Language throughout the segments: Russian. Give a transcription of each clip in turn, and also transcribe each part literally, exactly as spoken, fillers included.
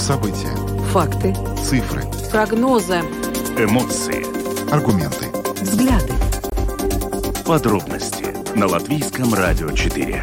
События. Факты. Цифры. Прогнозы. Эмоции. Аргументы. Взгляды. Подробности на Латвийском радио четыре.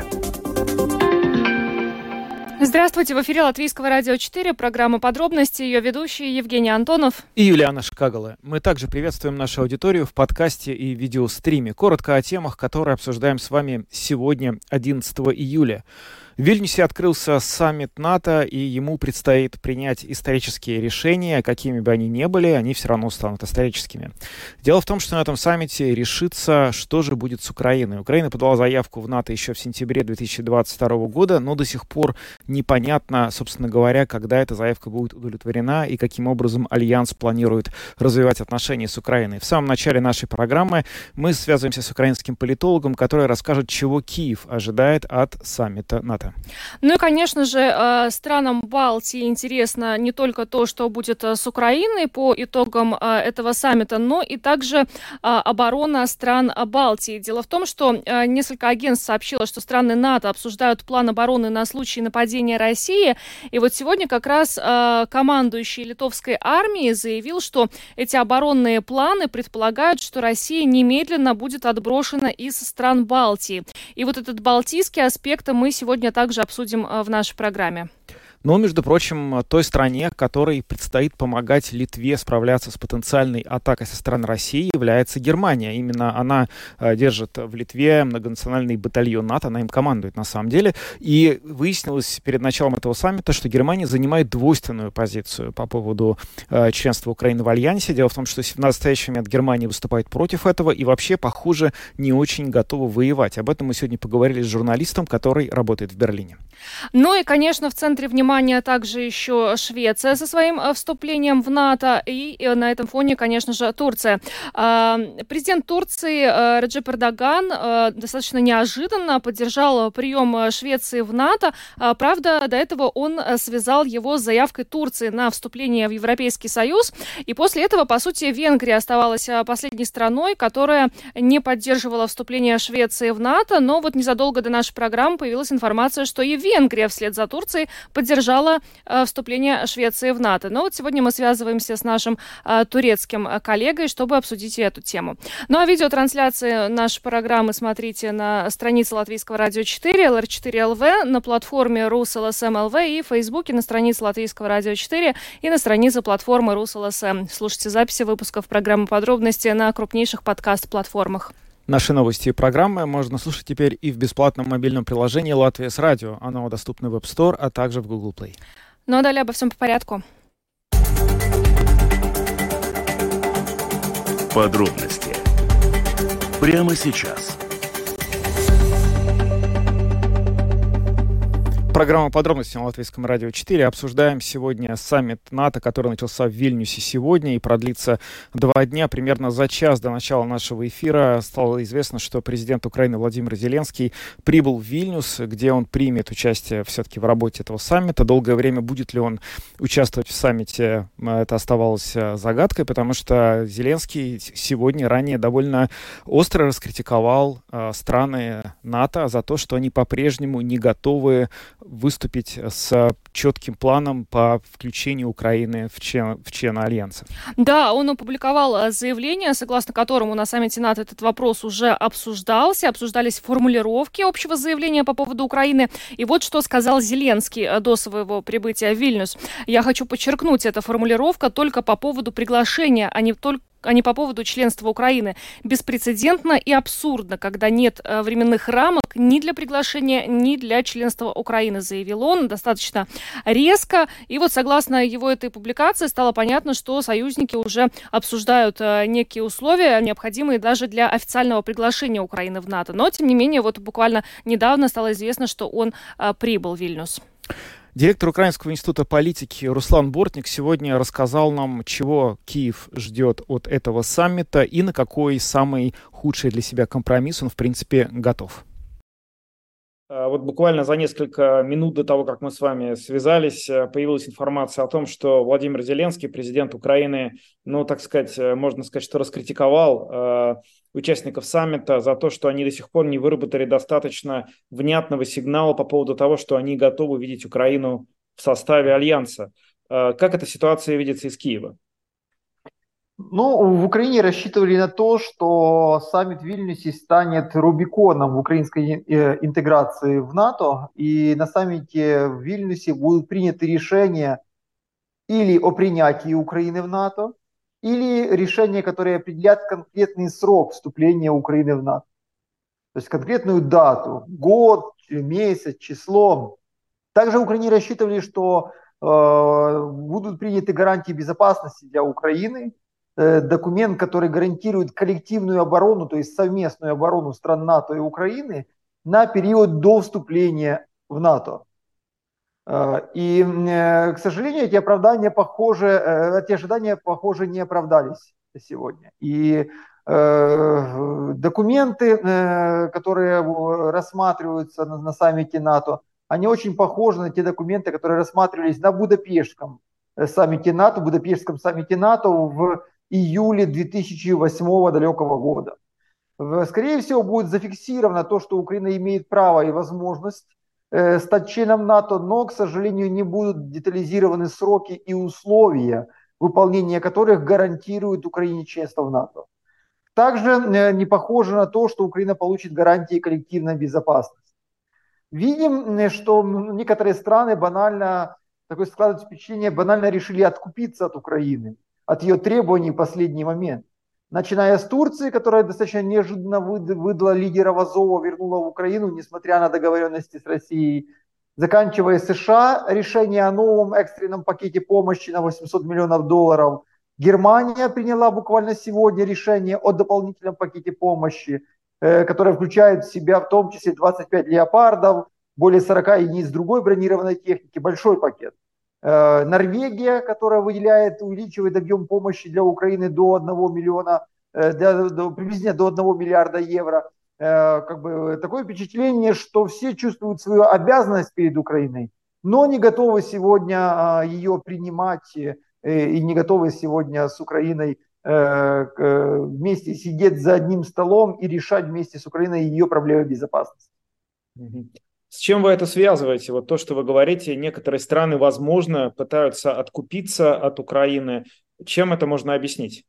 Здравствуйте, в эфире Латвийского радио четыре, программа «Подробности», ее ведущие Евгений Антонов и Юлиана Шкагала. Мы также приветствуем нашу аудиторию в подкасте и видеостриме. Коротко о темах, которые обсуждаем с вами сегодня, одиннадцатого июля. В Вильнюсе открылся саммит НАТО, и ему предстоит принять исторические решения, какими бы они ни были, они все равно станут историческими. Дело в том, что на этом саммите решится, что же будет с Украиной. Украина подала заявку в НАТО еще в сентябре две тысячи двадцать второго года, но до сих пор непонятно, собственно говоря, когда эта заявка будет удовлетворена и каким образом Альянс планирует развивать отношения с Украиной. В самом начале нашей программы мы связываемся с украинским политологом, который расскажет, чего Киев ожидает от саммита НАТО. Ну и, конечно же, странам Балтии интересно не только то, что будет с Украиной по итогам этого саммита, но и также оборона стран Балтии. Дело в том, что несколько агентств сообщило, что страны НАТО обсуждают план обороны на случай нападения России. И вот сегодня как раз командующий литовской армией заявил, что эти оборонные планы предполагают, что Россия немедленно будет отброшена из стран Балтии. И вот этот балтийский аспект мы сегодня также обсудим в нашей программе. Но, между прочим, той стране, которой предстоит помогать Литве справляться с потенциальной атакой со стороны России, является Германия. Именно она э, держит в Литве многонациональный батальон НАТО, она им командует на самом деле. И выяснилось перед началом этого саммита, что Германия занимает двойственную позицию по поводу э, членства Украины в Альянсе. Дело в том, что в настоящий момент Германия выступает против этого и вообще, похоже, не очень готова воевать. Об этом мы сегодня поговорили с журналистом, который работает в Берлине. Ну и, конечно, в центре внимания также еще Швеция со своим вступлением в НАТО, и на этом фоне, конечно же, Турция. Президент Турции Реджеп Эрдоган достаточно неожиданно поддержал прием Швеции в НАТО. Правда, до этого он связал его с заявкой Турции на вступление в Европейский Союз, и после этого, по сути, Венгрия оставалась последней страной, которая не поддерживала вступление Швеции в НАТО, но вот незадолго до нашей программы появилась информация, что и Венгрия вслед за Турцией поддержала вступление Швеции в НАТО. Но вот сегодня мы связываемся с нашим а, турецким коллегой, чтобы обсудить эту тему. Ну а видеотрансляции нашей программы смотрите на странице Латвийского радио четыре, эл эр четыре эл ви, на платформе РусЛСМ эл ви и в Фейсбуке на странице Латвийского радио четыре и на странице платформы РусЛСМ. Слушайте записи выпусков программы «Подробности» на крупнейших подкаст-платформах. Наши новости и программы можно слушать теперь и в бесплатном мобильном приложении «Латвия с радио». Оно доступно в App Store, а также в Google Play. Ну а далее обо всем по порядку. Подробности прямо сейчас. Программа «Подробности» на Латвийском радио четыре. Обсуждаем сегодня саммит НАТО, который начался в Вильнюсе сегодня и продлится два дня. Примерно за час до начала нашего эфира стало известно, что президент Украины Владимир Зеленский прибыл в Вильнюс, где он примет участие все-таки в работе этого саммита. Долгое время будет ли он участвовать в саммите, это оставалось загадкой, потому что Зеленский сегодня ранее довольно остро раскритиковал э, страны НАТО за то, что они по-прежнему не готовы выступить с четким планом по включению Украины в член, в члены Альянса. Да, он опубликовал заявление, согласно которому на саммите НАТО этот вопрос уже обсуждался, обсуждались формулировки общего заявления по поводу Украины. И вот что сказал Зеленский до своего прибытия в Вильнюс. «Я хочу подчеркнуть, эта формулировка только по поводу приглашения, а не только а не по поводу членства Украины. Беспрецедентно и абсурдно, когда нет э, временных рамок ни для приглашения, ни для членства Украины», заявил он достаточно резко. И вот согласно его этой публикации стало понятно, что союзники уже обсуждают э, некие условия, необходимые даже для официального приглашения Украины в НАТО. Но, тем не менее, вот буквально недавно стало известно, что он э, прибыл в Вильнюс. Директор Украинского института политики Руслан Бортник сегодня рассказал нам, чего Киев ждет от этого саммита и на какой самый худший для себя компромисс он, в принципе, готов. Вот буквально за несколько минут до того, как мы с вами связались, появилась информация о том, что Владимир Зеленский, президент Украины, ну, так сказать, можно сказать, что раскритиковал э, участников саммита за то, что они до сих пор не выработали достаточно внятного сигнала по поводу того, что они готовы видеть Украину в составе Альянса. Как эта ситуация видится из Киева? Ну, в Украине рассчитывали на то, что саммит в Вильнюсе станет рубиконом в украинской э, интеграции в НАТО, и на саммите в Вильнюсе будут приняты решения или о принятии Украины в НАТО, или решения, которые определят конкретный срок вступления Украины в НАТО. То есть конкретную дату, год, месяц, число. Также в Украине рассчитывали, что э, будут приняты гарантии безопасности для Украины, э, документ, который гарантирует коллективную оборону, то есть совместную оборону стран НАТО и Украины на период до вступления в НАТО. Э, и, э, к сожалению, эти оправдания похоже, э, эти ожидания, похоже, не оправдались сегодня. И э, документы, э, которые рассматриваются на, на саммите НАТО, они очень похожи на те документы, которые рассматривались на Будапештском саммите НАТО, Будапештском саммите НАТО в июле две тысячи восьмого далекого года. Скорее всего, будет зафиксировано то, что Украина имеет право и возможность э, стать членом НАТО, но, к сожалению, не будут детализированы сроки и условия, выполнение которых гарантирует Украине членство в НАТО. Также э, не похоже на то, что Украина получит гарантии коллективной безопасности. Видим, что некоторые страны банально, такое складывается впечатление, банально решили откупиться от Украины, от ее требований в последний момент. Начиная с Турции, которая достаточно неожиданно выдала лидера Азова, вернула в Украину, несмотря на договоренности с Россией, заканчивая США, решение о новом экстренном пакете помощи на восемьсот миллионов долларов. Германия приняла буквально сегодня решение о дополнительном пакете помощи, которая включает в себя в том числе двадцать пять леопардов, более сорок единиц другой бронированной техники, большой пакет. Норвегия, которая выделяет, увеличивает объем помощи для Украины до одного миллиона, до, до, приблизительно до одного миллиарда евро. Как бы такое впечатление, что все чувствуют свою обязанность перед Украиной, но не готовы сегодня ее принимать и не готовы сегодня с Украиной вместе сидеть за одним столом и решать вместе с Украиной ее проблемы безопасности. С чем вы это связываете? Вот то, что вы говорите, некоторые страны, возможно, пытаются откупиться от Украины. Чем это можно объяснить?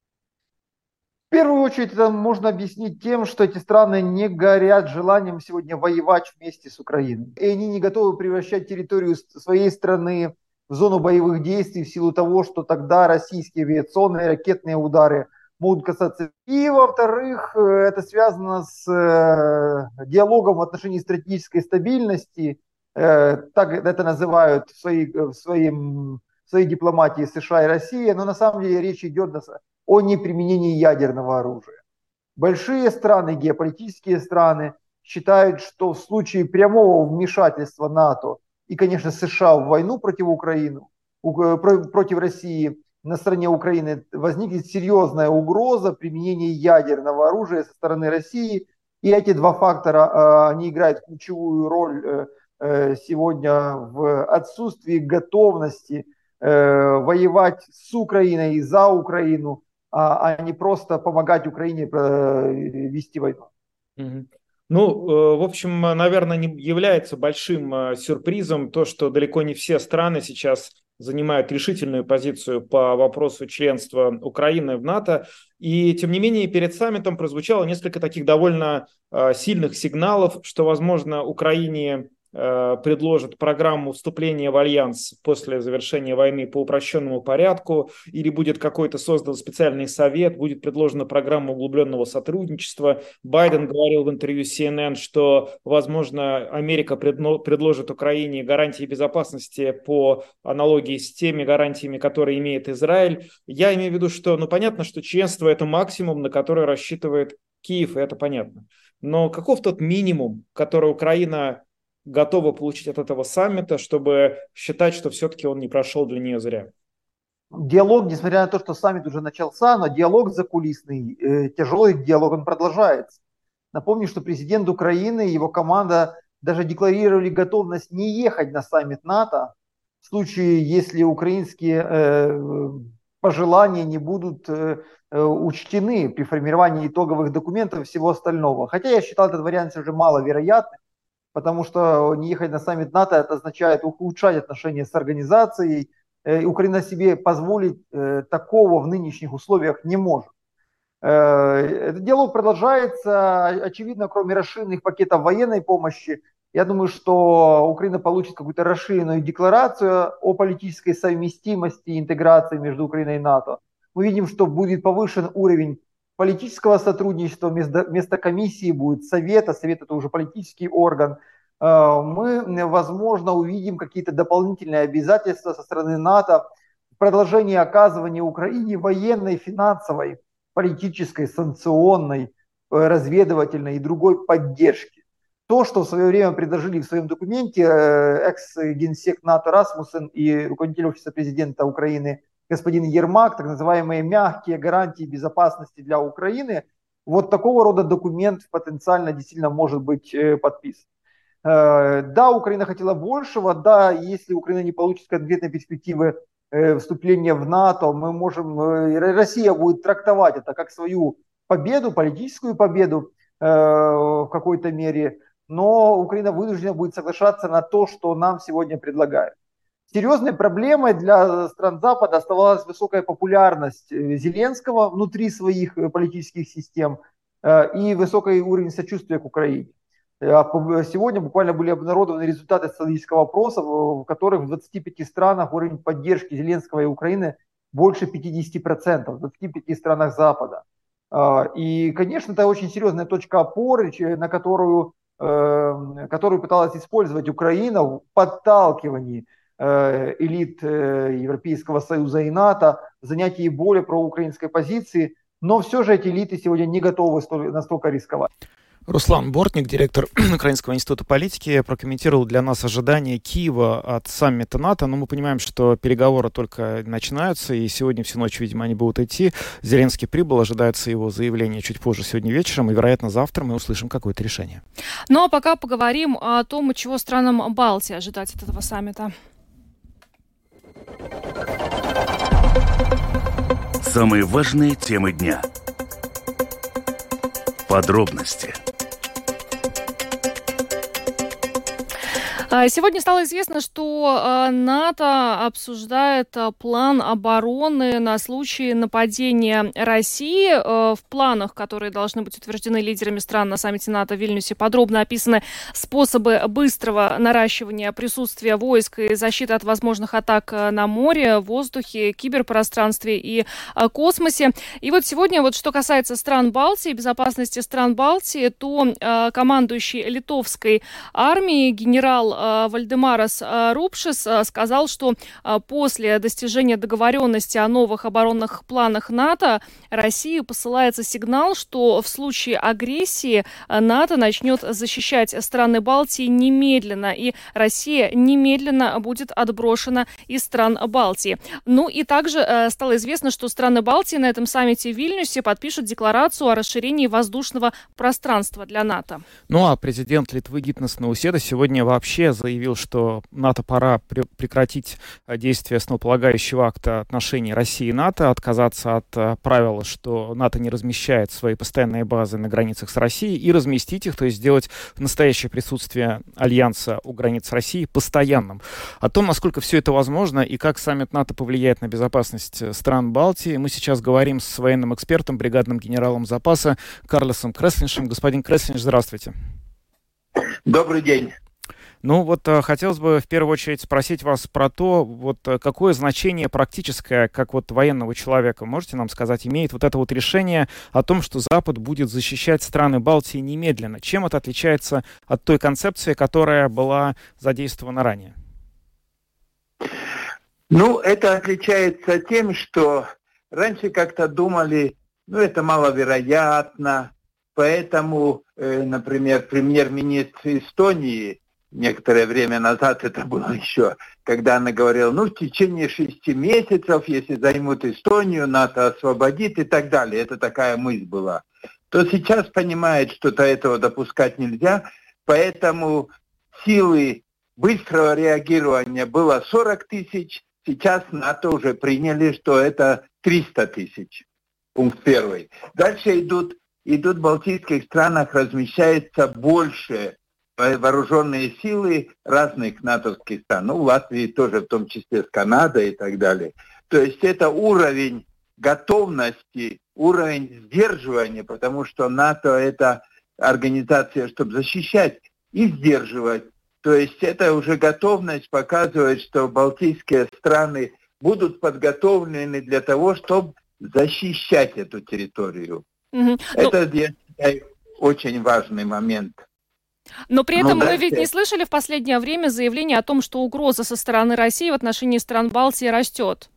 В первую очередь это можно объяснить тем, что эти страны не горят желанием сегодня воевать вместе с Украиной. И они не готовы превращать территорию своей страны в зону боевых действий в силу того, что тогда российские авиационные ракетные удары могут касаться. И, во-вторых, это связано с диалогом в отношении стратегической стабильности, так это называют в своей, в своем, в своей дипломатии США и Россия, но на самом деле речь идет о неприменении ядерного оружия. Большие страны, геополитические страны считают, что в случае прямого вмешательства НАТО и, конечно, США в войну против Украины, против России, на стороне Украины возникнет серьезная угроза применения ядерного оружия со стороны России. И эти два фактора, они играют ключевую роль сегодня в отсутствии готовности воевать с Украиной и за Украину, а не просто помогать Украине вести войну. Ну, в общем, наверное, не является большим сюрпризом то, что далеко не все страны сейчас занимают решительную позицию по вопросу членства Украины в НАТО. И, тем не менее, перед саммитом прозвучало несколько таких довольно сильных сигналов, что, возможно, Украине предложат программу вступления в альянс после завершения войны по упрощенному порядку, или будет какой-то создан специальный совет, будет предложена программа углубленного сотрудничества. Байден говорил в интервью си эн эн, что, возможно, Америка предложит Украине гарантии безопасности по аналогии с теми гарантиями, которые имеет Израиль. Я имею в виду, что, ну, понятно, что членство – это максимум, на который рассчитывает Киев, и это понятно. Но каков тот минимум, который Украина готова получить от этого саммита, чтобы считать, что все-таки он не прошел для нее зря? Диалог, несмотря на то, что саммит уже начался, но диалог закулисный, э, тяжелый диалог, он продолжается. Напомню, что президент Украины и его команда даже декларировали готовность не ехать на саммит НАТО в случае, если украинские э, пожелания не будут э, учтены при формировании итоговых документов и всего остального. Хотя я считал этот вариант уже маловероятным, потому что не ехать на саммит НАТО, это означает ухудшать отношения с организацией, Украина себе позволить такого в нынешних условиях не может. Этот диалог продолжается, очевидно, кроме расширенных пакетов военной помощи. Я думаю, что Украина получит какую-то расширенную декларацию о политической совместимости и интеграции между Украиной и НАТО. Мы видим, что будет повышен уровень политического сотрудничества, вместо, вместо комиссии будет совет, а совет это уже политический орган. Мы, возможно, увидим какие-то дополнительные обязательства со стороны НАТО в продолжении оказывания Украине военной, финансовой, политической, санкционной, разведывательной и другой поддержки. То, что в свое время предложили в своем документе экс-генсек НАТО Расмуссен и руководитель офиса президента Украины господин Ермак, так называемые мягкие гарантии безопасности для Украины, вот такого рода документ потенциально действительно может быть подписан. Да, Украина хотела большего, да, если Украина не получит конкретной перспективы вступления в НАТО, мы можем, Россия будет трактовать это как свою победу, политическую победу в какой-то мере, но Украина вынуждена будет соглашаться на то, что нам сегодня предлагают. Серьезной проблемой для стран Запада оставалась высокая популярность Зеленского внутри своих политических систем и высокий уровень сочувствия к Украине. Сегодня буквально были обнародованы результаты социологического опроса, в которых в двадцати пяти странах уровень поддержки Зеленского и Украины больше пятидесяти процентов, в двадцати пяти странах Запада. И, конечно, это очень серьезная точка опоры, на которую, которую пыталась использовать Украина в подталкивании элит Европейского Союза и НАТО, в занятии более проукраинской позиции, но все же эти элиты сегодня не готовы настолько рисковать. Руслан Бортник, директор Украинского института политики, прокомментировал для нас ожидания Киева от саммита НАТО. Но мы понимаем, что переговоры только начинаются, и сегодня всю ночь, видимо, они будут идти. Зеленский прибыл, ожидается его заявление чуть позже сегодня вечером, и, вероятно, завтра мы услышим какое-то решение. Ну а пока поговорим о том, чего странам Балтии ожидать от этого саммита. Самые важные темы дня. Подробности. Сегодня стало известно, что НАТО обсуждает план обороны на случай нападения России. В планах, которые должны быть утверждены лидерами стран на саммите НАТО в Вильнюсе, подробно описаны способы быстрого наращивания присутствия войск и защиты от возможных атак на море, воздухе, киберпространстве и космосе. И вот сегодня, вот что касается стран Балтии, безопасности стран Балтии, то командующий литовской армией генерал Вальдемарас Рупшис сказал, что после достижения договоренности о новых оборонных планах НАТО России посылается сигнал, что в случае агрессии НАТО начнет защищать страны Балтии немедленно, и Россия немедленно будет отброшена из стран Балтии. Ну и также стало известно, что страны Балтии на этом саммите в Вильнюсе подпишут декларацию о расширении воздушного пространства для НАТО. Ну а президент Литвы Гитнас Науседа сегодня вообще заявил, что НАТО пора прекратить действие основополагающего акта отношений России и НАТО, отказаться от правила, что НАТО не размещает свои постоянные базы на границах с Россией, и разместить их, то есть сделать настоящее присутствие Альянса у границ России постоянным. О том, насколько все это возможно и как саммит НАТО повлияет на безопасность стран Балтии, мы сейчас говорим с военным экспертом, бригадным генералом запаса Карлосом Креслиншем. Господин Креслинш, здравствуйте. Добрый день. Ну вот хотелось бы в первую очередь спросить вас про то, вот какое значение практическое, как вот военного человека, можете нам сказать, имеет вот это вот решение о том, что Запад будет защищать страны Балтии немедленно? Чем это отличается от той концепции, которая была задействована ранее? Ну, это отличается тем, что раньше как-то думали, ну, это маловероятно, поэтому, э, например, премьер-министр Эстонии некоторое время назад, это было еще, когда она говорила, ну, в течение шести месяцев, если займут Эстонию, НАТО освободит и так далее. Это такая мысль была. То сейчас понимает, что до этого допускать нельзя, поэтому силы быстрого реагирования было сорок тысяч, сейчас НАТО уже приняли, что это триста тысяч. Пункт первый. Дальше идут, идут в балтийских странах, размещается больше вооруженные силы разных натовских стран. Ну, в Латвии тоже, в том числе с Канадой и так далее. То есть это уровень готовности, уровень сдерживания, потому что НАТО – это организация, чтобы защищать и сдерживать. То есть это уже готовность показывает, что балтийские страны будут подготовлены для того, чтобы защищать эту территорию. Mm-hmm. Это, я считаю, очень важный момент. Но при этом ну, мы ведь не слышали в последнее время заявления о том, что угроза со стороны России в отношении стран Балтии растет.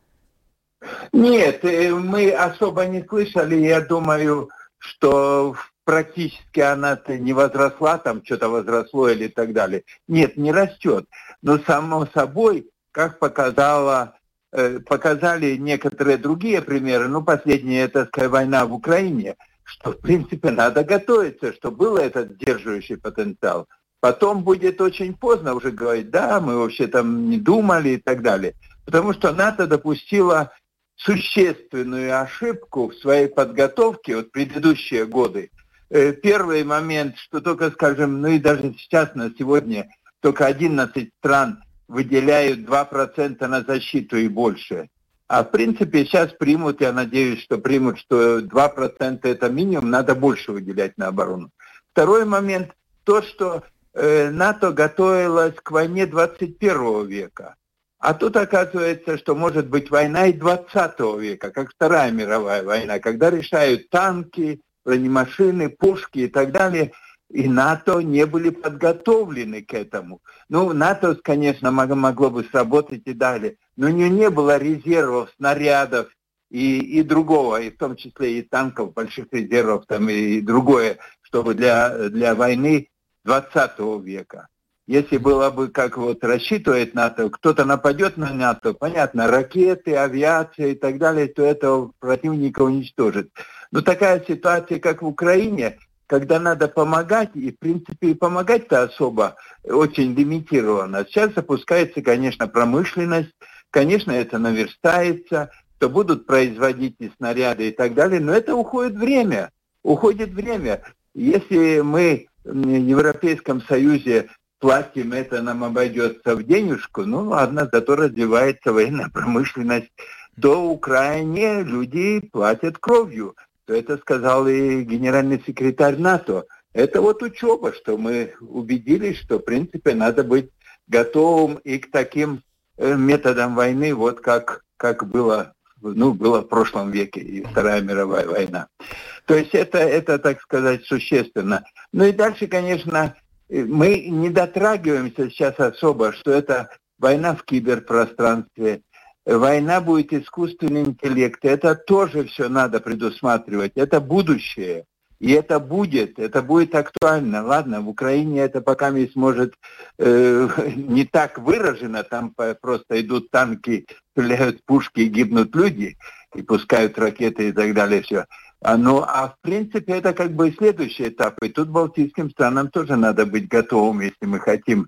Нет, мы особо не слышали. Я думаю, что практически она не возросла, там что-то возросло или так далее. Нет, не растет. Но само собой, как показало, показали некоторые другие примеры, ну, последняя, это сказать, война в Украине, что, в принципе, надо готовиться, что был этот сдерживающий потенциал. Потом будет очень поздно уже говорить, да, мы вообще там не думали и так далее. Потому что НАТО допустила существенную ошибку в своей подготовке от предыдущие годы. Первый момент, что только, скажем, ну и даже сейчас, на сегодня, только одиннадцать стран выделяют два процента на защиту и больше. А в принципе сейчас примут, я надеюсь, что примут, что два процента это минимум, надо больше выделять на оборону. Второй момент, то, что э, НАТО готовилось к войне двадцать первого века. А тут оказывается, что может быть война и двадцатого века, как Вторая мировая война, когда решают танки, бронемашины, пушки и так далее. И НАТО не были подготовлены к этому. Ну, НАТО, конечно, могло бы сработать и далее, но у нее не было резервов, снарядов и, и другого, и в том числе и танков, больших резервов там, и другое, чтобы для, для войны двадцатого века. Если было бы, как вот рассчитывает НАТО, кто-то нападет на НАТО, понятно, ракеты, авиация и так далее, то этого противника уничтожит. Но такая ситуация, как в Украине, когда надо помогать, и, в принципе, и помогать-то особо очень лимитировано. Сейчас запускается, конечно, промышленность, конечно, это наверстается, то будут производить и снаряды и так далее, но это уходит время, уходит время. Если мы в Европейском Союзе платим, это нам обойдется в денежку, ну ладно, зато развивается военная промышленность, то в Украине люди платят кровью. Это сказал и генеральный секретарь НАТО. Это вот учеба, что мы убедились, что, в принципе, надо быть готовым и к таким методам войны, вот как, как было, ну, было в прошлом веке, и Вторая мировая война. То есть это, это, так сказать, существенно. Ну и дальше, конечно, мы не дотрагиваемся сейчас особо, что это война в киберпространстве, война будет искусственный интеллект. Это тоже все надо предусматривать. Это будущее. И это будет. Это будет актуально. Ладно, в Украине это пока не сможет э, не так выражено. Там просто идут танки, стреляют пушки, гибнут люди, и пускают ракеты и так далее. Все. А, ну, а в принципе это как бы следующий этап. И тут балтийским странам тоже надо быть готовым, если мы хотим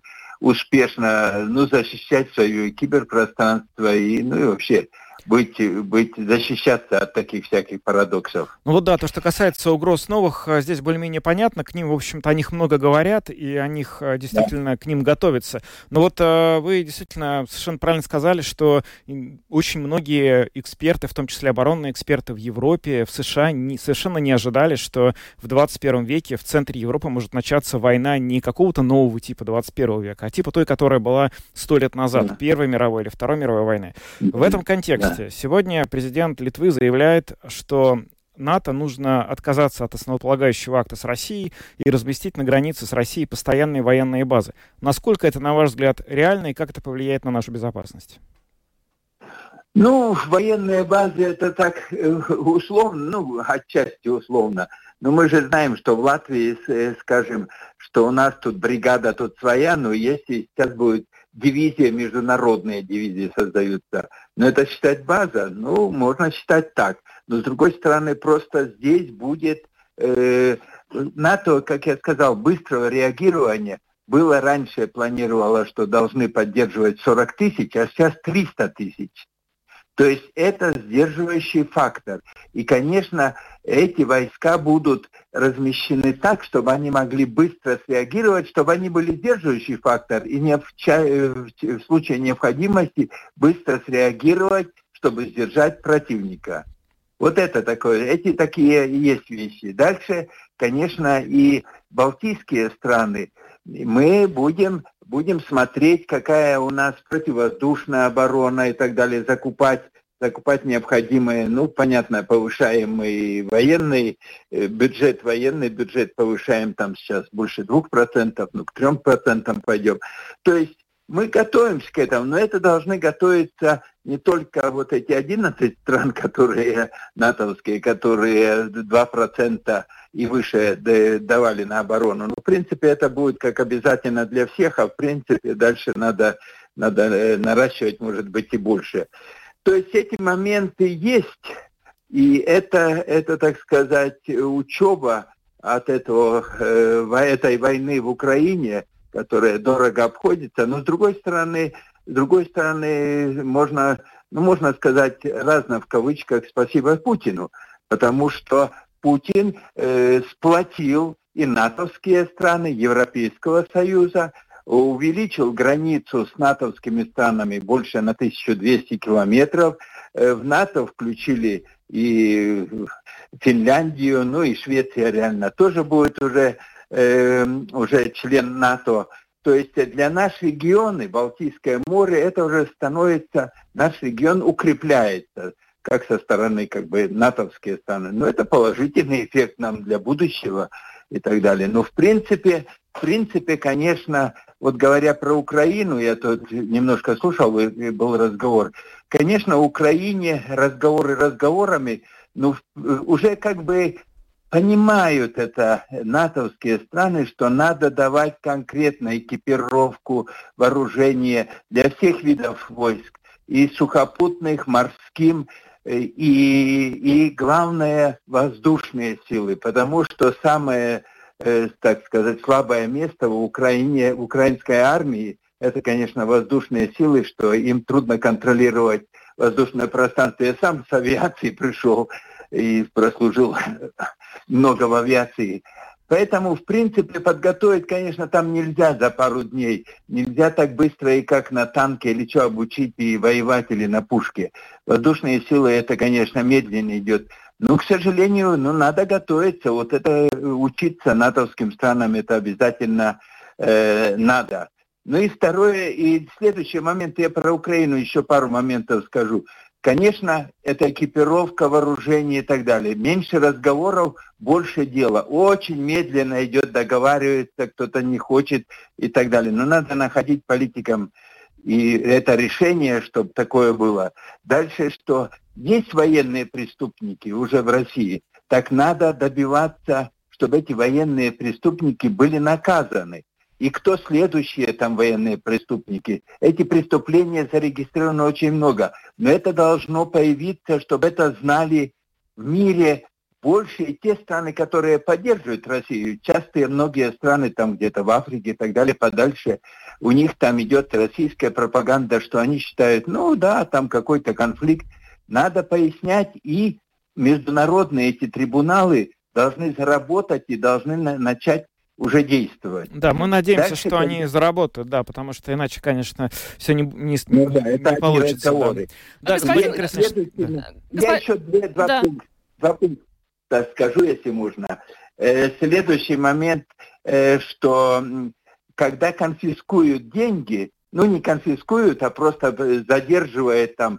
успешно, ну, защищать свое киберпространство и, ну, и вообще быть, быть, защищаться от таких всяких парадоксов. Ну вот да, то, что касается угроз новых, здесь более-менее понятно, к ним, в общем-то, о них много говорят, и о них действительно да. к ним готовятся. Но вот вы действительно совершенно правильно сказали, что очень многие эксперты, в том числе оборонные эксперты в Европе, в США, не, совершенно не ожидали, что в двадцать первом веке в центре Европы может начаться война не какого-то нового типа двадцать первого века, а типа той, которая была сто лет назад, да. Первой мировой или Второй мировой войны. В этом контексте да. сегодня президент Литвы заявляет, что НАТО нужно отказаться от основополагающего акта с Россией и разместить на границе с Россией постоянные военные базы. Насколько это, на ваш взгляд, реально и как это повлияет на нашу безопасность? Ну, военные базы это так условно, ну, отчасти условно. Но мы же знаем, что в Латвии, скажем, что у нас тут бригада тут своя, но если сейчас будет дивизия, международные дивизии создаются. Но это считать база? Ну, можно считать так. Но с другой стороны, просто здесь будет э, НАТО, как я сказал, быстрого реагирования. Было раньше, планировало, что должны поддерживать сорок тысяч, а сейчас триста тысяч. То есть это сдерживающий фактор. И, конечно, эти войска будут размещены так, чтобы они могли быстро среагировать, чтобы они были сдерживающий фактор и не в, в случае необходимости быстро среагировать, чтобы сдержать противника. Вот это такое, эти такие и есть вещи. Дальше, конечно, и балтийские страны. Мы будем, будем смотреть, какая у нас противовоздушная оборона и так далее, закупать, закупать необходимые, ну, понятно, повышаем и военный бюджет, военный бюджет повышаем там сейчас больше двух процентов, ну, к трем процентам пойдем. То есть мы готовимся к этому, но это должны готовиться не только вот эти одиннадцать стран, которые натовские, которые два процента и выше давали на оборону. Ну, в принципе, это будет как обязательно для всех, а в принципе дальше надо, надо наращивать, может быть, и больше. То есть эти моменты есть, и это, это так сказать, учеба от этого, этой войны в Украине, которая дорого обходится, но с другой стороны, с другой стороны, можно, ну, можно сказать разно в кавычках спасибо Путину, потому что Путин э, сплотил и натовские страны Европейского Союза, увеличил границу с натовскими странами больше на тысячу двести километров. Э, в НАТО включили и Финляндию, ну и Швеция реально тоже будет уже уже член НАТО. То есть для наших регионов, Балтийское море, это уже становится, наш регион укрепляется, как со стороны как бы натовские страны. Но это положительный эффект нам для будущего и так далее. Но в принципе, в принципе, конечно, вот говоря про Украину, я тут немножко слушал, был разговор. Конечно, в Украине разговоры разговорами, но уже как бы понимают это натовские страны, что надо давать конкретно экипировку, вооружение для всех видов войск, и сухопутных, морским, и, и главное, воздушные силы, потому что самое, э, так сказать, слабое место в Украине, в украинской армии, это, конечно, воздушные силы, что им трудно контролировать воздушное пространство. Я сам с авиации пришел и прослужил много в авиации. Поэтому, в принципе, подготовить, конечно, там нельзя за пару дней. Нельзя так быстро и как на танке или что обучить и воевать или на пушке. Воздушные силы, это, конечно, медленнее идет. Но, к сожалению, ну, надо готовиться. Вот это учиться натовским странам, это обязательно э, надо. Ну и второе, и следующий момент, я про Украину еще пару моментов скажу. Конечно, это экипировка, вооружение и так далее. Меньше разговоров, больше дела. Очень медленно идет, договаривается, кто-то не хочет и так далее. Но надо находить политикам и это решение, чтобы такое было. Дальше, что есть военные преступники уже в России, так надо добиваться, чтобы эти военные преступники были наказаны. И кто следующие там военные преступники? Эти преступления зарегистрировано очень много. Но это должно появиться, чтобы это знали в мире больше. И те страны, которые поддерживают Россию, часто многие страны там где-то в Африке и так далее, подальше, у них там идет российская пропаганда, что они считают, ну да, там какой-то конфликт. Надо пояснять, и международные эти трибуналы должны заработать и должны на- начать уже действовать. Да, мы надеемся, Дальше, что они заработают, да, потому что иначе, конечно, все не, не, ну, не, да, не получится. Да. Да, господин... Господин... Я еще две, два, да. пункта, два пункта скажу, если можно. Э, следующий момент, э, что когда конфискуют деньги, ну не конфискуют, а просто задерживают там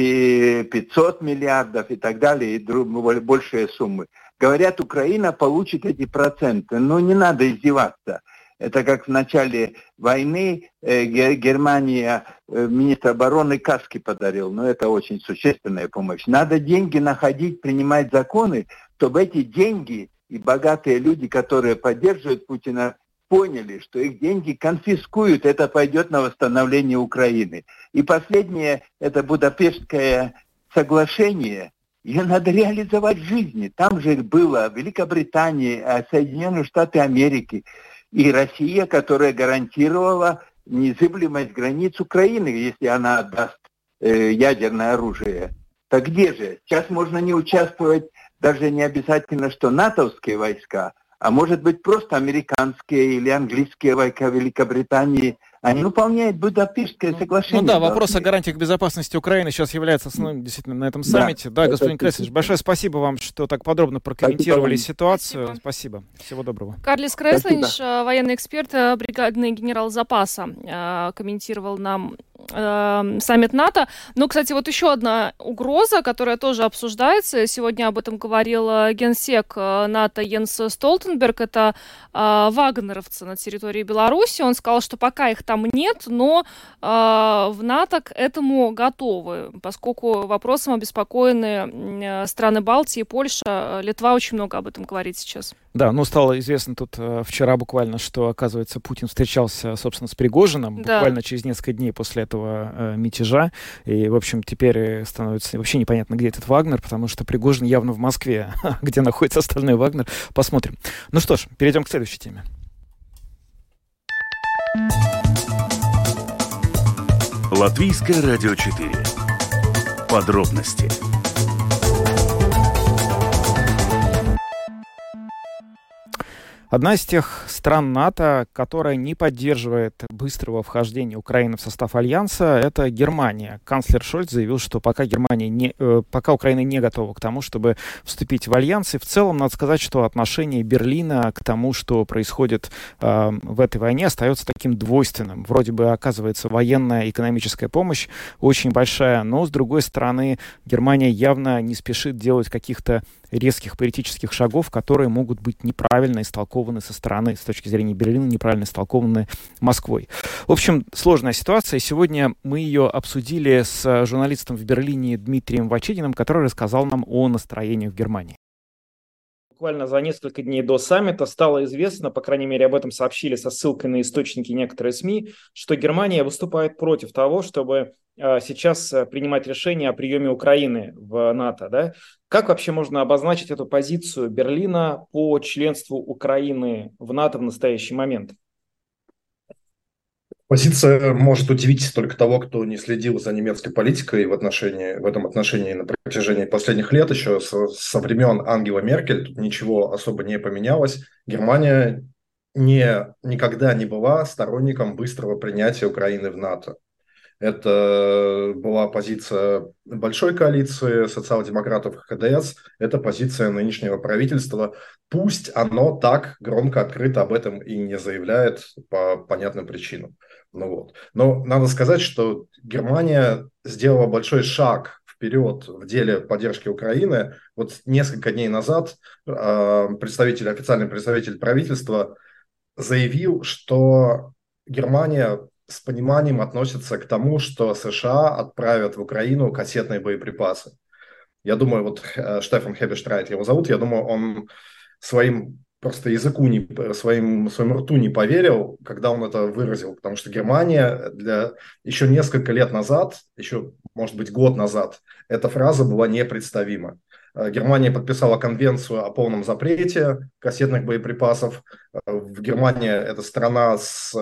пятьсот миллиардов и так далее, и большие суммы. Говорят, Украина получит эти проценты. Но не надо издеваться. Это как в начале войны э, Германия, э, министр обороны каски подарил. Но это очень существенная помощь. Надо деньги находить, принимать законы, чтобы эти деньги и богатые люди, которые поддерживают Путина, поняли, что их деньги конфискуют. Это пойдет на восстановление Украины. И последнее, это Будапештское соглашение. Ее надо реализовать в жизни. Там же было Великобритания, Соединенные Штаты Америки и Россия, которая гарантировала незыблемость границ Украины, если она отдаст э, ядерное оружие. Так где же? Сейчас можно не участвовать, даже не обязательно, что натовские войска, а может быть просто американские или английские войска Великобритании. Они выполняют Будапештское соглашение. Ну да, вопрос о гарантиях безопасности Украины сейчас является основным действительно на этом саммите. Да, да господин Кресович, большое спасибо вам, что так подробно прокомментировали спасибо ситуацию. Спасибо. спасибо. Всего доброго. Карлис Креслинч, военный эксперт, бригадный генерал запаса, комментировал нам э, саммит НАТО. Но, кстати, вот еще одна угроза, которая тоже обсуждается. Сегодня об этом говорил генсек НАТО Йенс Столтенберг. Это э, вагнеровцы на территории Беларуси. Он сказал, что пока их там нет, но э, в НАТО к этому готовы, поскольку вопросом обеспокоены э, страны Балтии, Польша, Литва очень много об этом говорит сейчас. Да, ну стало известно тут э, вчера буквально, что, оказывается, Путин встречался, собственно, с Пригожиным, да. буквально через несколько дней после этого э, мятежа, и, в общем, теперь становится вообще непонятно, где этот Вагнер, потому что Пригожин явно в Москве, где находится остальной Вагнер, посмотрим. Ну что ж, перейдем к следующей теме. Латвийское радио четыре. Подробности. Одна из тех стран НАТО, которая не поддерживает быстрого вхождения Украины в состав Альянса, это Германия. Канцлер Шольц заявил, что пока, Германия не, э, пока Украина не готова к тому, чтобы вступить в Альянс. И в целом, надо сказать, что отношение Берлина к тому, что происходит э, в этой войне, остается таким двойственным. Вроде бы, оказывается, военная и экономическая помощь очень большая, но, с другой стороны, Германия явно не спешит делать каких-то резких политических шагов, которые могут быть неправильно истолкованы со стороны, с точки зрения Берлина, неправильно истолкованы Москвой. В общем, сложная ситуация. Сегодня мы ее обсудили с журналистом в Берлине Дмитрием Вачидиным, который рассказал нам о настроениях в Германии. Буквально за несколько дней до саммита стало известно, по крайней мере, об этом сообщили со ссылкой на источники некоторые СМИ, что Германия выступает против того, чтобы э, сейчас принимать решение о приеме Украины в НАТО. Да? Как вообще можно обозначить эту позицию Берлина по членству Украины в НАТО в настоящий момент? Позиция может удивить только того, кто не следил за немецкой политикой в, отношении, в этом отношении на протяжении последних лет, еще со, со времен Ангелы Меркель. Тут ничего особо не поменялось. Германия не, никогда не была сторонником быстрого принятия Украины в НАТО. Это была позиция большой коалиции социал-демократов и ХДС, это позиция нынешнего правительства. Пусть оно так громко, открыто об этом и не заявляет по понятным причинам. Ну вот. Но надо сказать, что Германия сделала большой шаг вперед в деле поддержки Украины. Вот несколько дней назад представитель, официальный представитель правительства заявил, что Германия с пониманием относится к тому, что США отправят в Украину кассетные боеприпасы. Я думаю, вот Штефан Хеберштрайт его зовут, я думаю, он своим просто языку, не, своим, своему рту не поверил, когда он это выразил, потому что Германия для, еще несколько лет назад, еще, может быть, год назад, эта фраза была непредставима. Германия подписала конвенцию о полном запрете кассетных боеприпасов. В Германии это страна с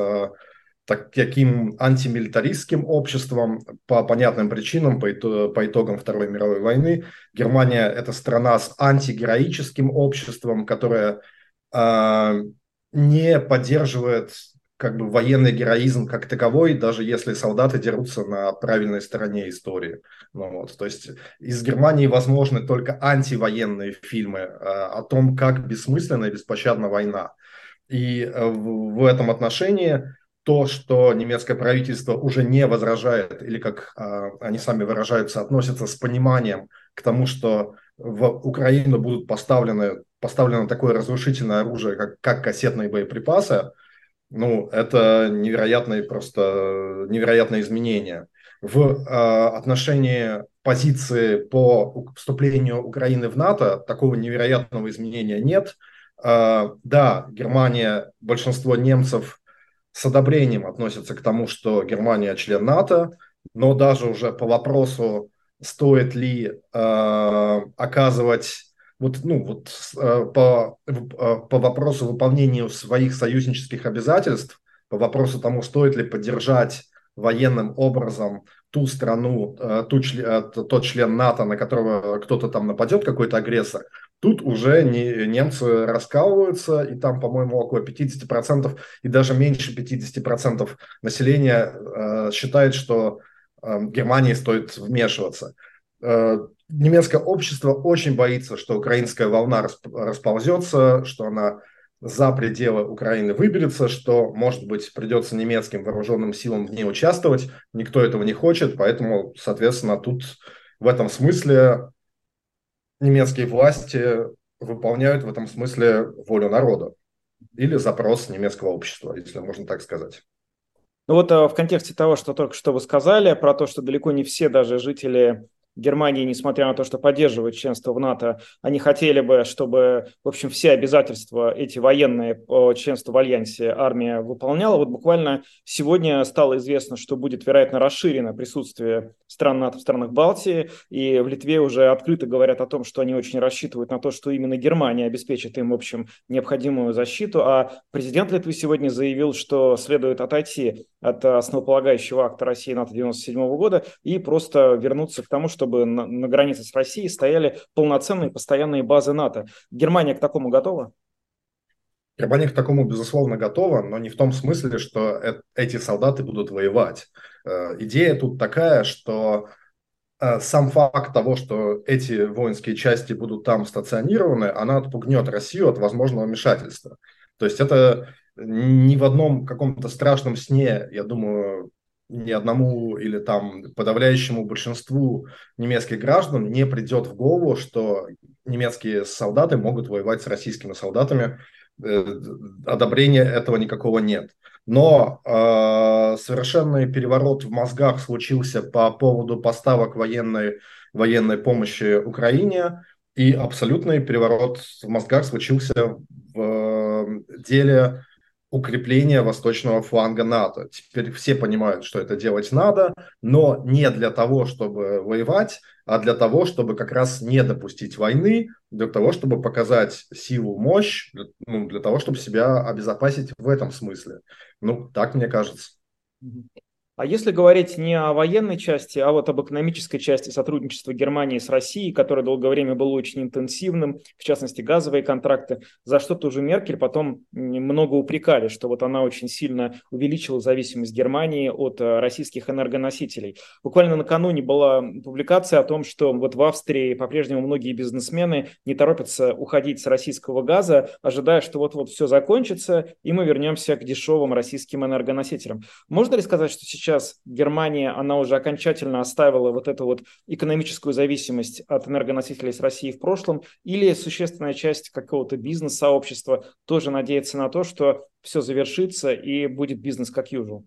таким антимилитаристским обществом по понятным причинам, по, по итогам Второй мировой войны. Германия – это страна с антигероическим обществом, которая э, не поддерживает как бы военный героизм как таковой, даже если солдаты дерутся на правильной стороне истории. Ну, вот. То есть из Германии возможны только антивоенные фильмы э, о том, как бессмысленна и беспощадна война. И э, в, в этом отношении то, что немецкое правительство уже не возражает, или, как э, они сами выражаются, относятся с пониманием к тому, что в Украину будут поставлены, поставлено такое разрушительное оружие, как, как кассетные боеприпасы, ну, это невероятные, просто невероятные изменения. В э, отношении позиции по вступлению Украины в НАТО такого невероятного изменения нет. Э, да, Германия, большинство немцев с одобрением относятся к тому, что Германия член НАТО, но даже уже по вопросу, стоит ли э, оказывать, вот, ну, вот, э, по, э, по вопросу выполнения своих союзнических обязательств, по вопросу тому, стоит ли поддержать военным образом ту страну, ту, тот член НАТО, на которого кто-то там нападет, какой-то агрессор, тут уже не, немцы раскалываются, и там, по-моему, около пятьдесят процентов и даже меньше пятьдесят процентов населения э, считает, что э, Германии стоит вмешиваться. Э, немецкое общество очень боится, что украинская волна расп- расползется, что она за пределы Украины выберется, что, может быть, придется немецким вооруженным силам в ней участвовать. Никто этого не хочет, поэтому, соответственно, тут в этом смысле немецкие власти выполняют в этом смысле волю народа или запрос немецкого общества, если можно так сказать. Ну вот в контексте того, что только что вы сказали, про то, что далеко не все даже жители Германии, несмотря на то, что поддерживают членство в НАТО, они хотели бы, чтобы, в общем, все обязательства эти военные по членству в Альянсе армия выполняла. Вот буквально сегодня стало известно, что будет, вероятно, расширено присутствие стран НАТО в странах Балтии, и в Литве уже открыто говорят о том, что они очень рассчитывают на то, что именно Германия обеспечит им, в общем, необходимую защиту. А президент Литвы сегодня заявил, что следует отойти от основополагающего акта России НАТО девяносто седьмого года и просто вернуться к тому, чтобы на, на границе с Россией стояли полноценные постоянные базы НАТО. Германия к такому готова? Германия к такому, безусловно, готова, но не в том смысле, что э- эти солдаты будут воевать. Э- идея тут такая, что э- сам факт того, что эти воинские части будут там стационированы, она отпугнет Россию от возможного вмешательства. То есть это ни в одном каком-то страшном сне, я думаю, ни одному или там подавляющему большинству немецких граждан не придет в голову, что немецкие солдаты могут воевать с российскими солдатами. Одобрения этого никакого нет. Но э, совершенный переворот в мозгах случился по поводу поставок военной, военной помощи Украине, и абсолютный переворот в мозгах случился в деле укрепления восточного фланга НАТО. Теперь все понимают, что это делать надо, но не для того, чтобы воевать, а для того, чтобы как раз не допустить войны, для того, чтобы показать силу, мощь, для, ну, для того, чтобы себя обезопасить в этом смысле. Ну, так мне кажется. А если говорить не о военной части, а вот об экономической части сотрудничества Германии с Россией, которое долгое время было очень интенсивным, в частности газовые контракты, за что тоже Меркель потом много упрекали, что вот она очень сильно увеличила зависимость Германии от российских энергоносителей. Буквально накануне была публикация о том, что вот в Австрии по-прежнему многие бизнесмены не торопятся уходить с российского газа, ожидая, что вот-вот все закончится, и мы вернемся к дешевым российским энергоносителям. Можно ли сказать, что сейчас Сейчас Германия, она уже окончательно оставила вот эту вот экономическую зависимость от энергоносителей с Россией в прошлом, или существенная часть какого-то бизнес-сообщества тоже надеется на то, что все завершится и будет бизнес как usual?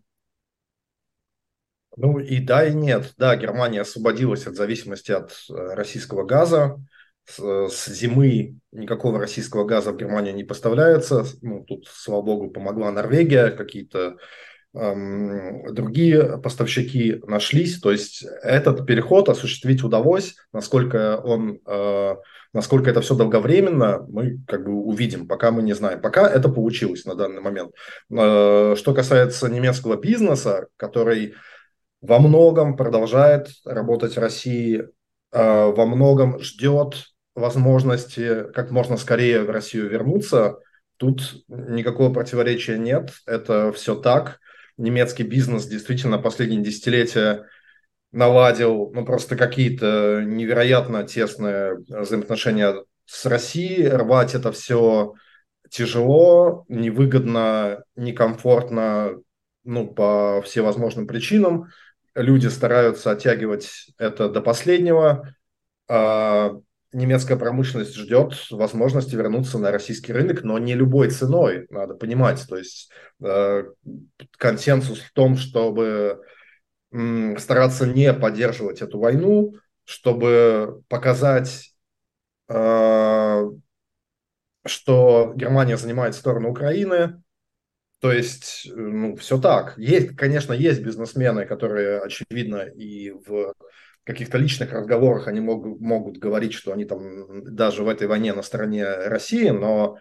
Ну и да, и нет. Да, Германия освободилась от зависимости от российского газа. С, с зимы никакого российского газа в Германию не поставляется. Ну, тут, слава богу, помогла Норвегия, какие-то другие поставщики нашлись, то есть этот переход осуществить удалось, насколько он, э, насколько это все долговременно, мы как бы увидим, пока мы не знаем, пока это получилось на данный момент. Э, что касается немецкого бизнеса, который во многом продолжает работать в России, э, во многом ждет возможности как можно скорее в Россию вернуться, тут никакого противоречия нет, это все так. Немецкий бизнес действительно последние десятилетия наладил ну, просто какие-то невероятно тесные взаимоотношения с Россией. Рвать это все тяжело, невыгодно, некомфортно, ну, по всевозможным причинам. Люди стараются оттягивать это до последнего. А немецкая промышленность ждет возможности вернуться на российский рынок, но не любой ценой, надо понимать. То есть э, консенсус в том, чтобы м, стараться не поддерживать эту войну, чтобы показать, э, что Германия занимает сторону Украины. То есть, ну, все так. Есть, конечно, есть бизнесмены, которые, очевидно, и в каких-то личных разговорах они могут, могут говорить, что они там даже в этой войне на стороне России, но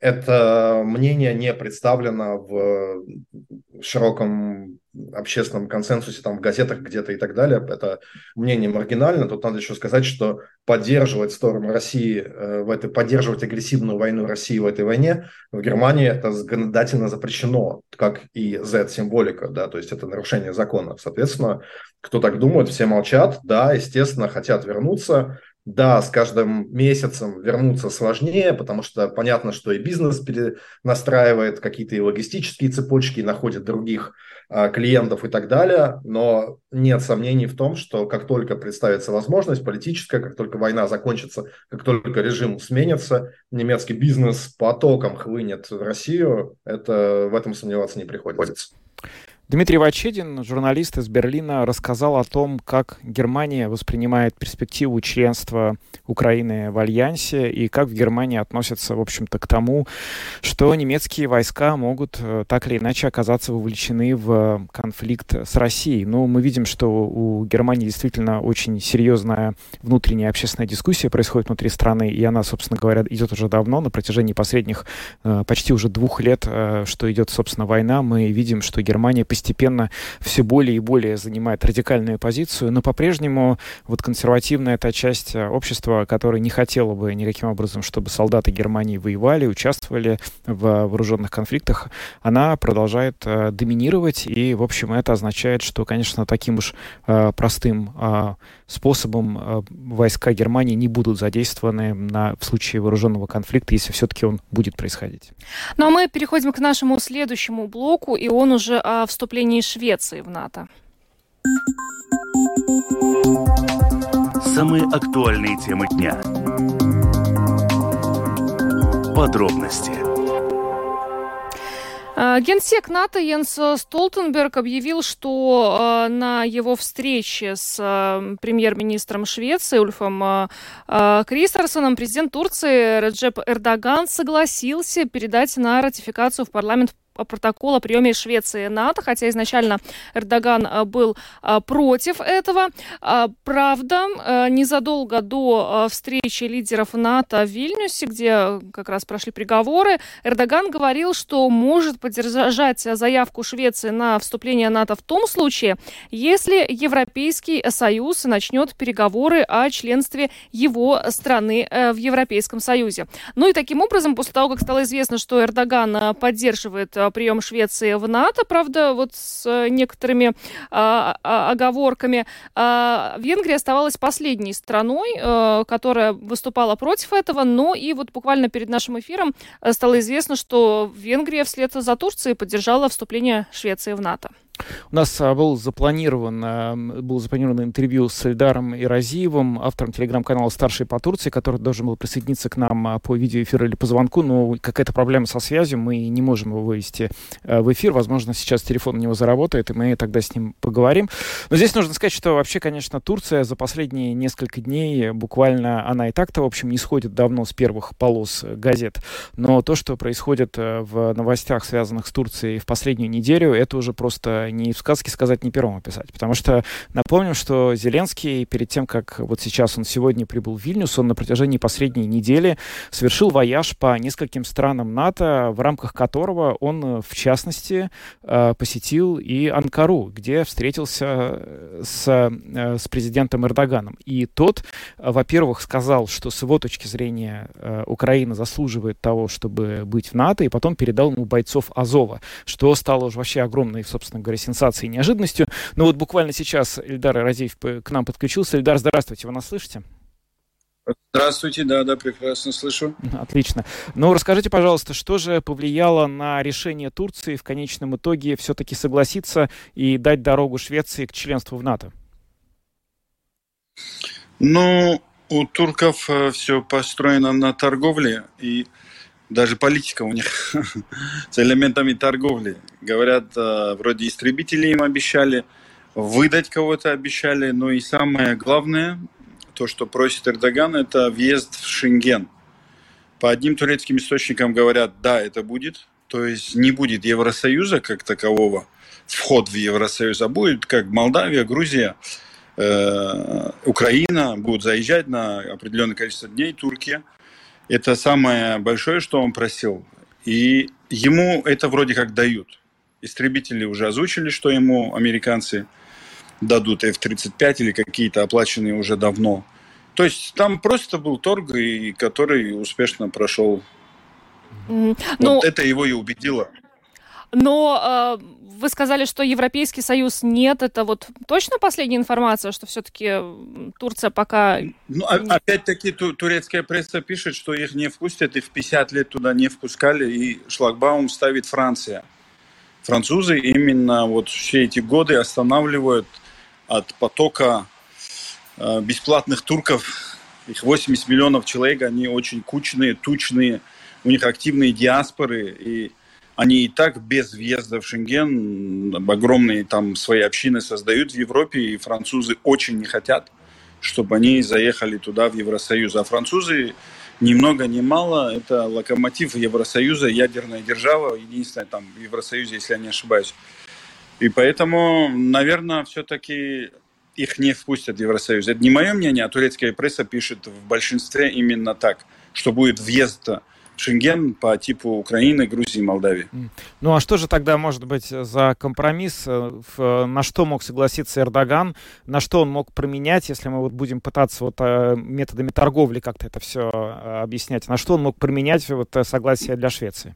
это мнение не представлено в широком общественном консенсусе, там, в газетах где-то и так далее. Это мнение маргинально. Тут надо еще сказать, что поддерживать сторону России в этой, поддерживать агрессивную войну России в этой войне в Германии это законодательно запрещено, как и Z-символика, да, то есть это нарушение закона. Соответственно, кто так думает, все молчат, да, естественно, хотят вернуться. Да, с каждым месяцем вернуться сложнее, потому что понятно, что и бизнес перенастраивает какие-то и логистические цепочки, находит других а, клиентов и так далее, но нет сомнений в том, что как только представится возможность политическая, как только война закончится, как только режим сменится, немецкий бизнес потоком хлынет в Россию, это, в этом сомневаться не приходится. Дмитрий Вачедин, журналист из Берлина, рассказал о том, как Германия воспринимает перспективу членства Украины в Альянсе и как в Германии относятся, в общем-то, к тому, что немецкие войска могут так или иначе оказаться вовлечены в конфликт с Россией. Но мы видим, что у Германии действительно очень серьезная внутренняя общественная дискуссия происходит внутри страны, и она, собственно говоря, идет уже давно, на протяжении последних почти уже двух лет, что идет, собственно, война. Мы видим, что Германия постепенно постепенно все более и более занимает радикальную позицию, но по-прежнему вот консервативная та часть общества, которая не хотела бы никаким образом, чтобы солдаты Германии воевали, участвовали в вооруженных конфликтах, она продолжает э, доминировать, и, в общем, это означает, что, конечно, таким уж э, простым э, способом э, войска Германии не будут задействованы на, в случае вооруженного конфликта, если все-таки он будет происходить. Ну а мы переходим к нашему следующему блоку, и он уже о вступлении Швеции в НАТО. Самые актуальные темы дня. Подробности. Генсек НАТО Йенс Столтенберг объявил, что на его встрече с премьер-министром Швеции Ульфом Кристерсоном президент Турции Реджеп Эрдоган согласился передать на ратификацию в парламент протокол о приеме Швеции в НАТО, хотя изначально Эрдоган был против этого. Правда, незадолго до встречи лидеров НАТО в Вильнюсе, где как раз прошли переговоры, Эрдоган говорил, что может поддержать заявку Швеции на вступление в НАТО в том случае, если Европейский Союз начнет переговоры о членстве его страны в Европейском Союзе. Ну и таким образом, после того, как стало известно, что Эрдоган поддерживает прием Швеции в НАТО, правда, вот с некоторыми а, а, оговорками, а, Венгрия оставалась последней страной, а, которая выступала против этого, но и вот буквально перед нашим эфиром стало известно, что Венгрия вслед за Турцией поддержала вступление Швеции в НАТО. У нас был запланирован, было запланировано интервью с Эльдаром Иразиевым, автором телеграм-канала «Старший по Турции», который должен был присоединиться к нам по видеоэфиру или по звонку, но какая-то проблема со связью, мы не можем его вывести в эфир. Возможно, сейчас телефон у него заработает, и мы тогда с ним поговорим. Но здесь нужно сказать, что вообще, конечно, Турция за последние несколько дней буквально, она и так-то, в общем, не сходит давно с первых полос газет. Но то, что происходит в новостях, связанных с Турцией в последнюю неделю, это уже просто не в сказке сказать, не пером описать. Потому что напомним, что Зеленский перед тем, как вот сейчас он сегодня прибыл в Вильнюс, он на протяжении последней недели совершил вояж по нескольким странам НАТО, в рамках которого он, в частности, посетил и Анкару, где встретился с, с президентом Эрдоганом. И тот, во-первых, сказал, что с его точки зрения Украина заслуживает того, чтобы быть в НАТО, и потом передал ему бойцов Азова, что стало уже вообще огромной, собственно говоря, сенсацией и неожиданностью. Но вот буквально сейчас Эльдар Иразиев к нам подключился. Эльдар, здравствуйте, вы нас слышите? Здравствуйте, да, да, прекрасно слышу. Отлично. Ну, расскажите, пожалуйста, что же повлияло на решение Турции в конечном итоге все-таки согласиться и дать дорогу Швеции к членству в НАТО? Ну, у турков все построено на торговле, и даже политика у них с элементами торговли. Говорят, вроде истребители им обещали, выдать кого-то обещали, но и самое главное, то, что просит Эрдоган, это въезд в Шенген. По одним турецким источникам говорят, да, это будет, то есть не будет Евросоюза как такового, вход в Евросоюз, а будет как Молдавия, Грузия, э, Украина будут заезжать на определенное количество дней, Турция. Это самое большое, что он просил. И ему это вроде как дают. Истребители уже озвучили, что ему американцы дадут эф тридцать пять или какие-то оплаченные уже давно. То есть там просто был торг, и который успешно прошел. М, Вот Ну, это его и убедило. но э, вы сказали, что Европейский Союз нет. Это вот точно последняя информация, что все-таки Турция пока... Ну, а- не- опять-таки, ту- турецкая пресса пишет, что их не впустят, и в пятьдесят лет туда не впускали, и шлагбаум ставит Франция. Французы именно вот все эти годы останавливают от потока э, бесплатных турков. Их восемьдесят миллионов человек, они очень кучные, тучные, у них активные диаспоры, и они и так без въезда в Шенген огромные там свои общины создают в Европе, и французы очень не хотят, чтобы они заехали туда, в Евросоюз. А французы ни много ни мало, это локомотив Евросоюза, ядерная держава, единственная там в Евросоюзе, если я не ошибаюсь. И поэтому, наверное, все-таки их не впустят в Евросоюз. Это не мое мнение, а турецкая пресса пишет в большинстве именно так, что будет въезд в Шенген по типу Украины, Грузии, Молдавии. М. Ну а что же тогда может быть за компромисс? э, в- На что мог согласиться Эрдоган? На что он мог променять, если мы вот будем пытаться вот э, методами торговли как-то это все объяснять? На что он мог променять вот э, согласие для Швеции?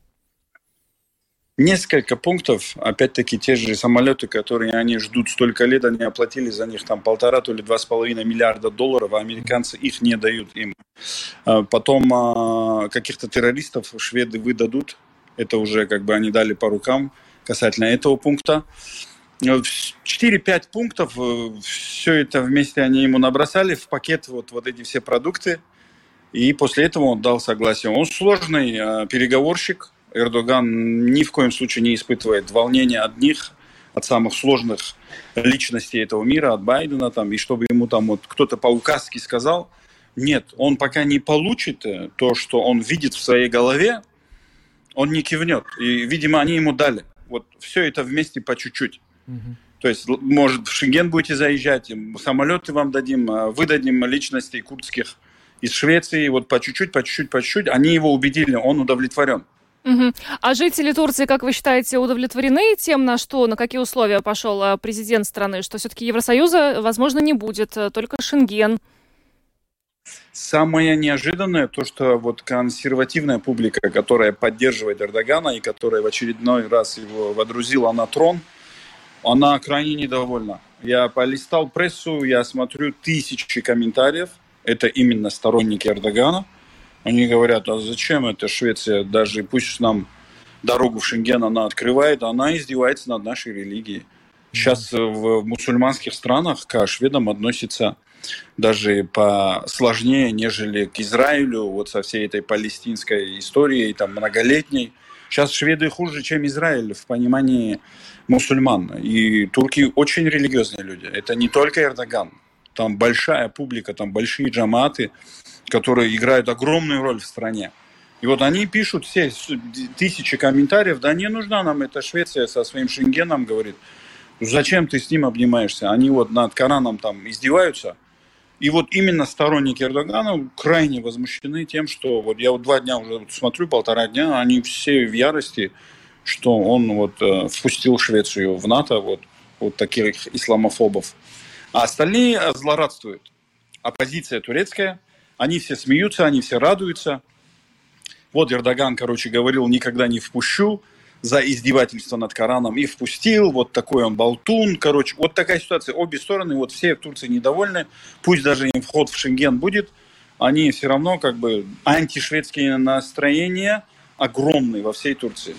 Несколько пунктов, опять-таки те же самолеты, которые они ждут столько лет, они оплатили за них там полтора, то ли два с половиной миллиарда долларов, а американцы их не дают им. А Потом а, каких-то террористов шведы выдадут, это уже как бы они дали по рукам касательно этого пункта. четыре-пять пунктов, все это вместе они ему набросали в пакет, вот, вот эти все продукты, и после этого он дал согласие. Он сложный а, переговорщик. Эрдоган ни в коем случае не испытывает волнения от них, от самых сложных личностей этого мира, от Байдена, там, и чтобы ему там вот кто-то по указке сказал, нет, он пока не получит э, то, что он видит в своей голове, он не кивнет. И, видимо, они ему дали. Вот все это вместе по чуть-чуть. Мгм. То есть, л- может, в Шенген будете заезжать, м, самолеты вам дадим, а, выдадим личностей курдских из Швеции, вот по чуть-чуть, по чуть-чуть, по чуть-чуть. Они его убедили, он удовлетворен. Мгм. А жители Турции, как вы считаете, удовлетворены тем, на что, на какие условия пошел э, президент страны, что все-таки Евросоюза, возможно, не будет, э, только Шенген? Самое неожиданное то, что вот консервативная публика, которая поддерживает Эрдогана и которая в очередной раз его водрузила на трон, она крайне недовольна. Я полистал прессу, я смотрю тысячи комментариев. Это именно сторонники Эрдогана. Они говорят, а зачем это Швеция, даже пусть нам дорогу в Шенген она открывает, она издевается над нашей религией. Сейчас в мусульманских странах к шведам относятся даже посложнее, нежели к Израилю, вот со всей этой палестинской историей, там, многолетней. Сейчас шведы хуже, чем Израиль в понимании мусульман. И турки очень религиозные люди. Это не только Эрдоган. Там большая публика, там большие джаматы, которые играют огромную роль в стране. И вот они пишут все тысячи комментариев, да не нужна нам эта Швеция со своим Шенгеном, говорит, зачем ты с ним обнимаешься? Они вот над Кораном там издеваются. И вот именно сторонники Эрдогана крайне возмущены тем, что вот я вот два дня уже вот смотрю, полтора дня, они все в ярости, что он вот э, впустил Швецию в НАТО, вот, вот таких исламофобов. А остальные злорадствуют. Оппозиция турецкая, они все смеются, они все радуются. Вот Эрдоган, короче, говорил, никогда не впущу за издевательство над Кораном, и впустил, вот такой он болтун, короче, вот такая ситуация, обе стороны, вот все в Турции недовольны, пусть даже им вход в Шенген будет, они все равно как бы антишведские настроения огромные во всей Турции.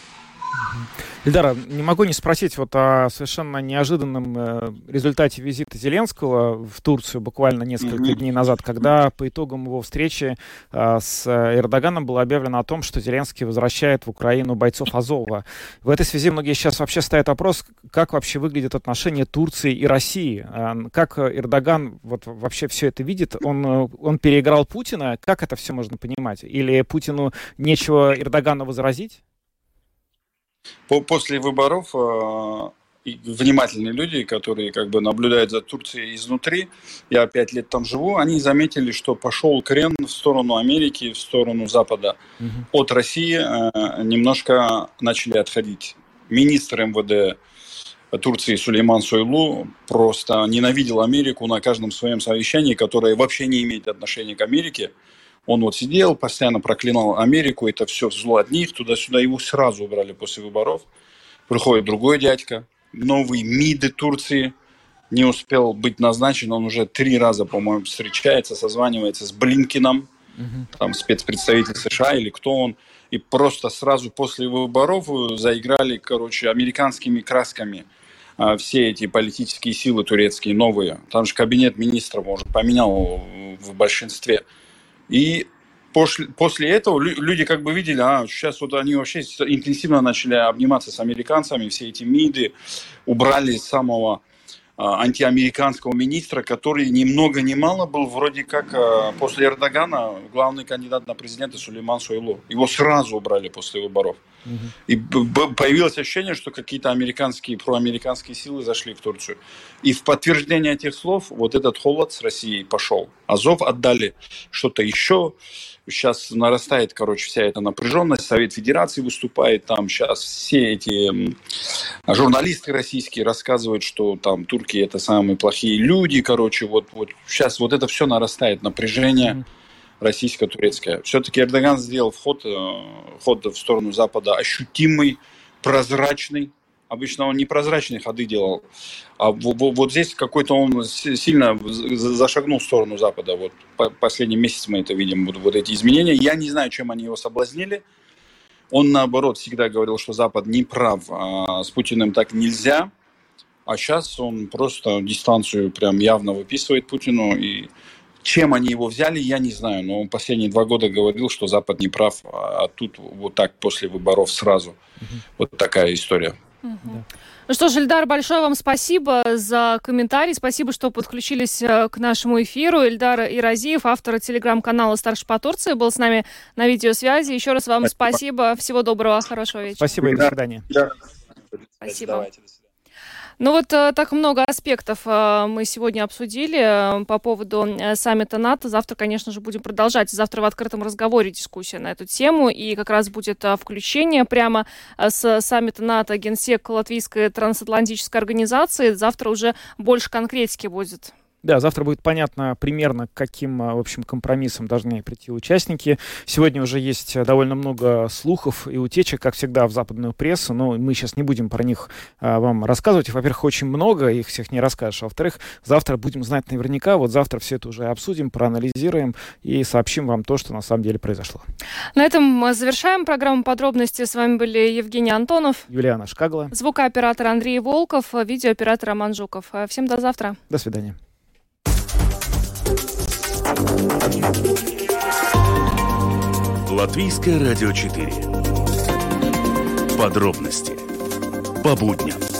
Ильдар, не могу не спросить вот о совершенно неожиданном э, результате визита Зеленского в Турцию буквально несколько Мгм. дней назад, когда по итогам его встречи э, с Эрдоганом было объявлено о том, что Зеленский возвращает в Украину бойцов Азова. В этой связи многие сейчас вообще ставят вопрос, как вообще выглядят отношения Турции и России. Э, как Эрдоган вот вообще все это видит? Он, э, он переиграл Путина? Как это все можно понимать? Или Путину нечего Эрдогану возразить? По- После выборов э, и внимательные люди, которые как бы наблюдают за Турцией изнутри, я пять лет там живу, они заметили, что пошел крен в сторону Америки, в сторону Запада. Угу. От России э, немножко начали отходить. Министр эм вэ дэ Турции Сулейман Сойлу просто ненавидел Америку на каждом своем совещании, которое вообще не имеет отношения к Америке. Он вот сидел, постоянно проклинал Америку, это все зло от них, туда-сюда, его сразу убрали после выборов. Приходит другой дядька, новый МИД Турции, не успел быть назначен, он уже три раза, по-моему, встречается, созванивается с Блинкеном, uh-huh. там спецпредставитель США или кто он, и просто сразу после выборов заиграли, короче, американскими красками а, все эти политические силы турецкие новые. Там же кабинет министров он поменял в большинстве. И после, после этого люди как бы видели, а сейчас вот они вообще интенсивно начали обниматься с американцами, все эти МИДы убрали самого а, антиамериканского министра, который ни много ни мало был вроде как а, после Эрдогана главный кандидат на президента Сулейман Сойлу. Его сразу убрали после выборов. Угу. И б- появилось ощущение, что какие-то американские, проамериканские силы зашли в Турцию. И в подтверждение этих слов вот этот холод с Россией пошел. Азов отдали что-то еще. Сейчас нарастает, короче, вся эта напряженность. Совет Федерации выступает. Там сейчас все эти журналисты российские рассказывают, что там турки это самые плохие люди. Короче, вот, вот сейчас вот это все нарастает. Напряжение российско-турецкое. Все-таки Эрдоган сделал вход, вход в сторону Запада ощутимый, прозрачный. Обычно он не прозрачные ходы делал, а вот здесь какой-то он сильно зашагнул в сторону Запада. Вот последний месяц мы это видим, вот, вот эти изменения. Я не знаю, чем они его соблазнили. Он, наоборот, всегда говорил, что Запад не прав, а с Путиным так нельзя. А сейчас он просто дистанцию прям явно выписывает Путину. И чем они его взяли, я не знаю. Но он последние два года говорил, что Запад не прав, а тут вот так после выборов сразу. Угу. Вот такая история. Угу. Да. Ну что ж, Ильдар, большое вам спасибо за комментарий. Спасибо, что подключились к нашему эфиру. Ильдар Иразиев, автор телеграм-канала «Старший по Турции», был с нами на видеосвязи. Еще раз вам спасибо. спасибо. Всего доброго, хорошего вечера. Спасибо и до свидания. Да. Спасибо. Давайте. Ну вот так много аспектов мы сегодня обсудили по поводу саммита НАТО. Завтра, конечно же, будем продолжать. Завтра в открытом разговоре дискуссия на эту тему. И как раз будет включение прямо с саммита НАТО генсек Латвийской трансатлантической организации. Завтра уже больше конкретики будет. Да, завтра будет понятно примерно, к каким, в общем, компромиссам должны прийти участники. Сегодня уже есть довольно много слухов и утечек, как всегда, в западную прессу, но мы сейчас не будем про них а, вам рассказывать. Их, во-первых, очень много, их всех не расскажешь. А во-вторых, завтра будем знать наверняка. Вот завтра все это уже обсудим, проанализируем и сообщим вам то, что на самом деле произошло. На этом мы завершаем программу «Подробности». С вами были Евгений Антонов, Юлиана Шкагла, звукооператор Андрей Волков, видеооператор Роман Жуков. Всем до завтра. До свидания. Латвийское радио четыре. Подробности по будням.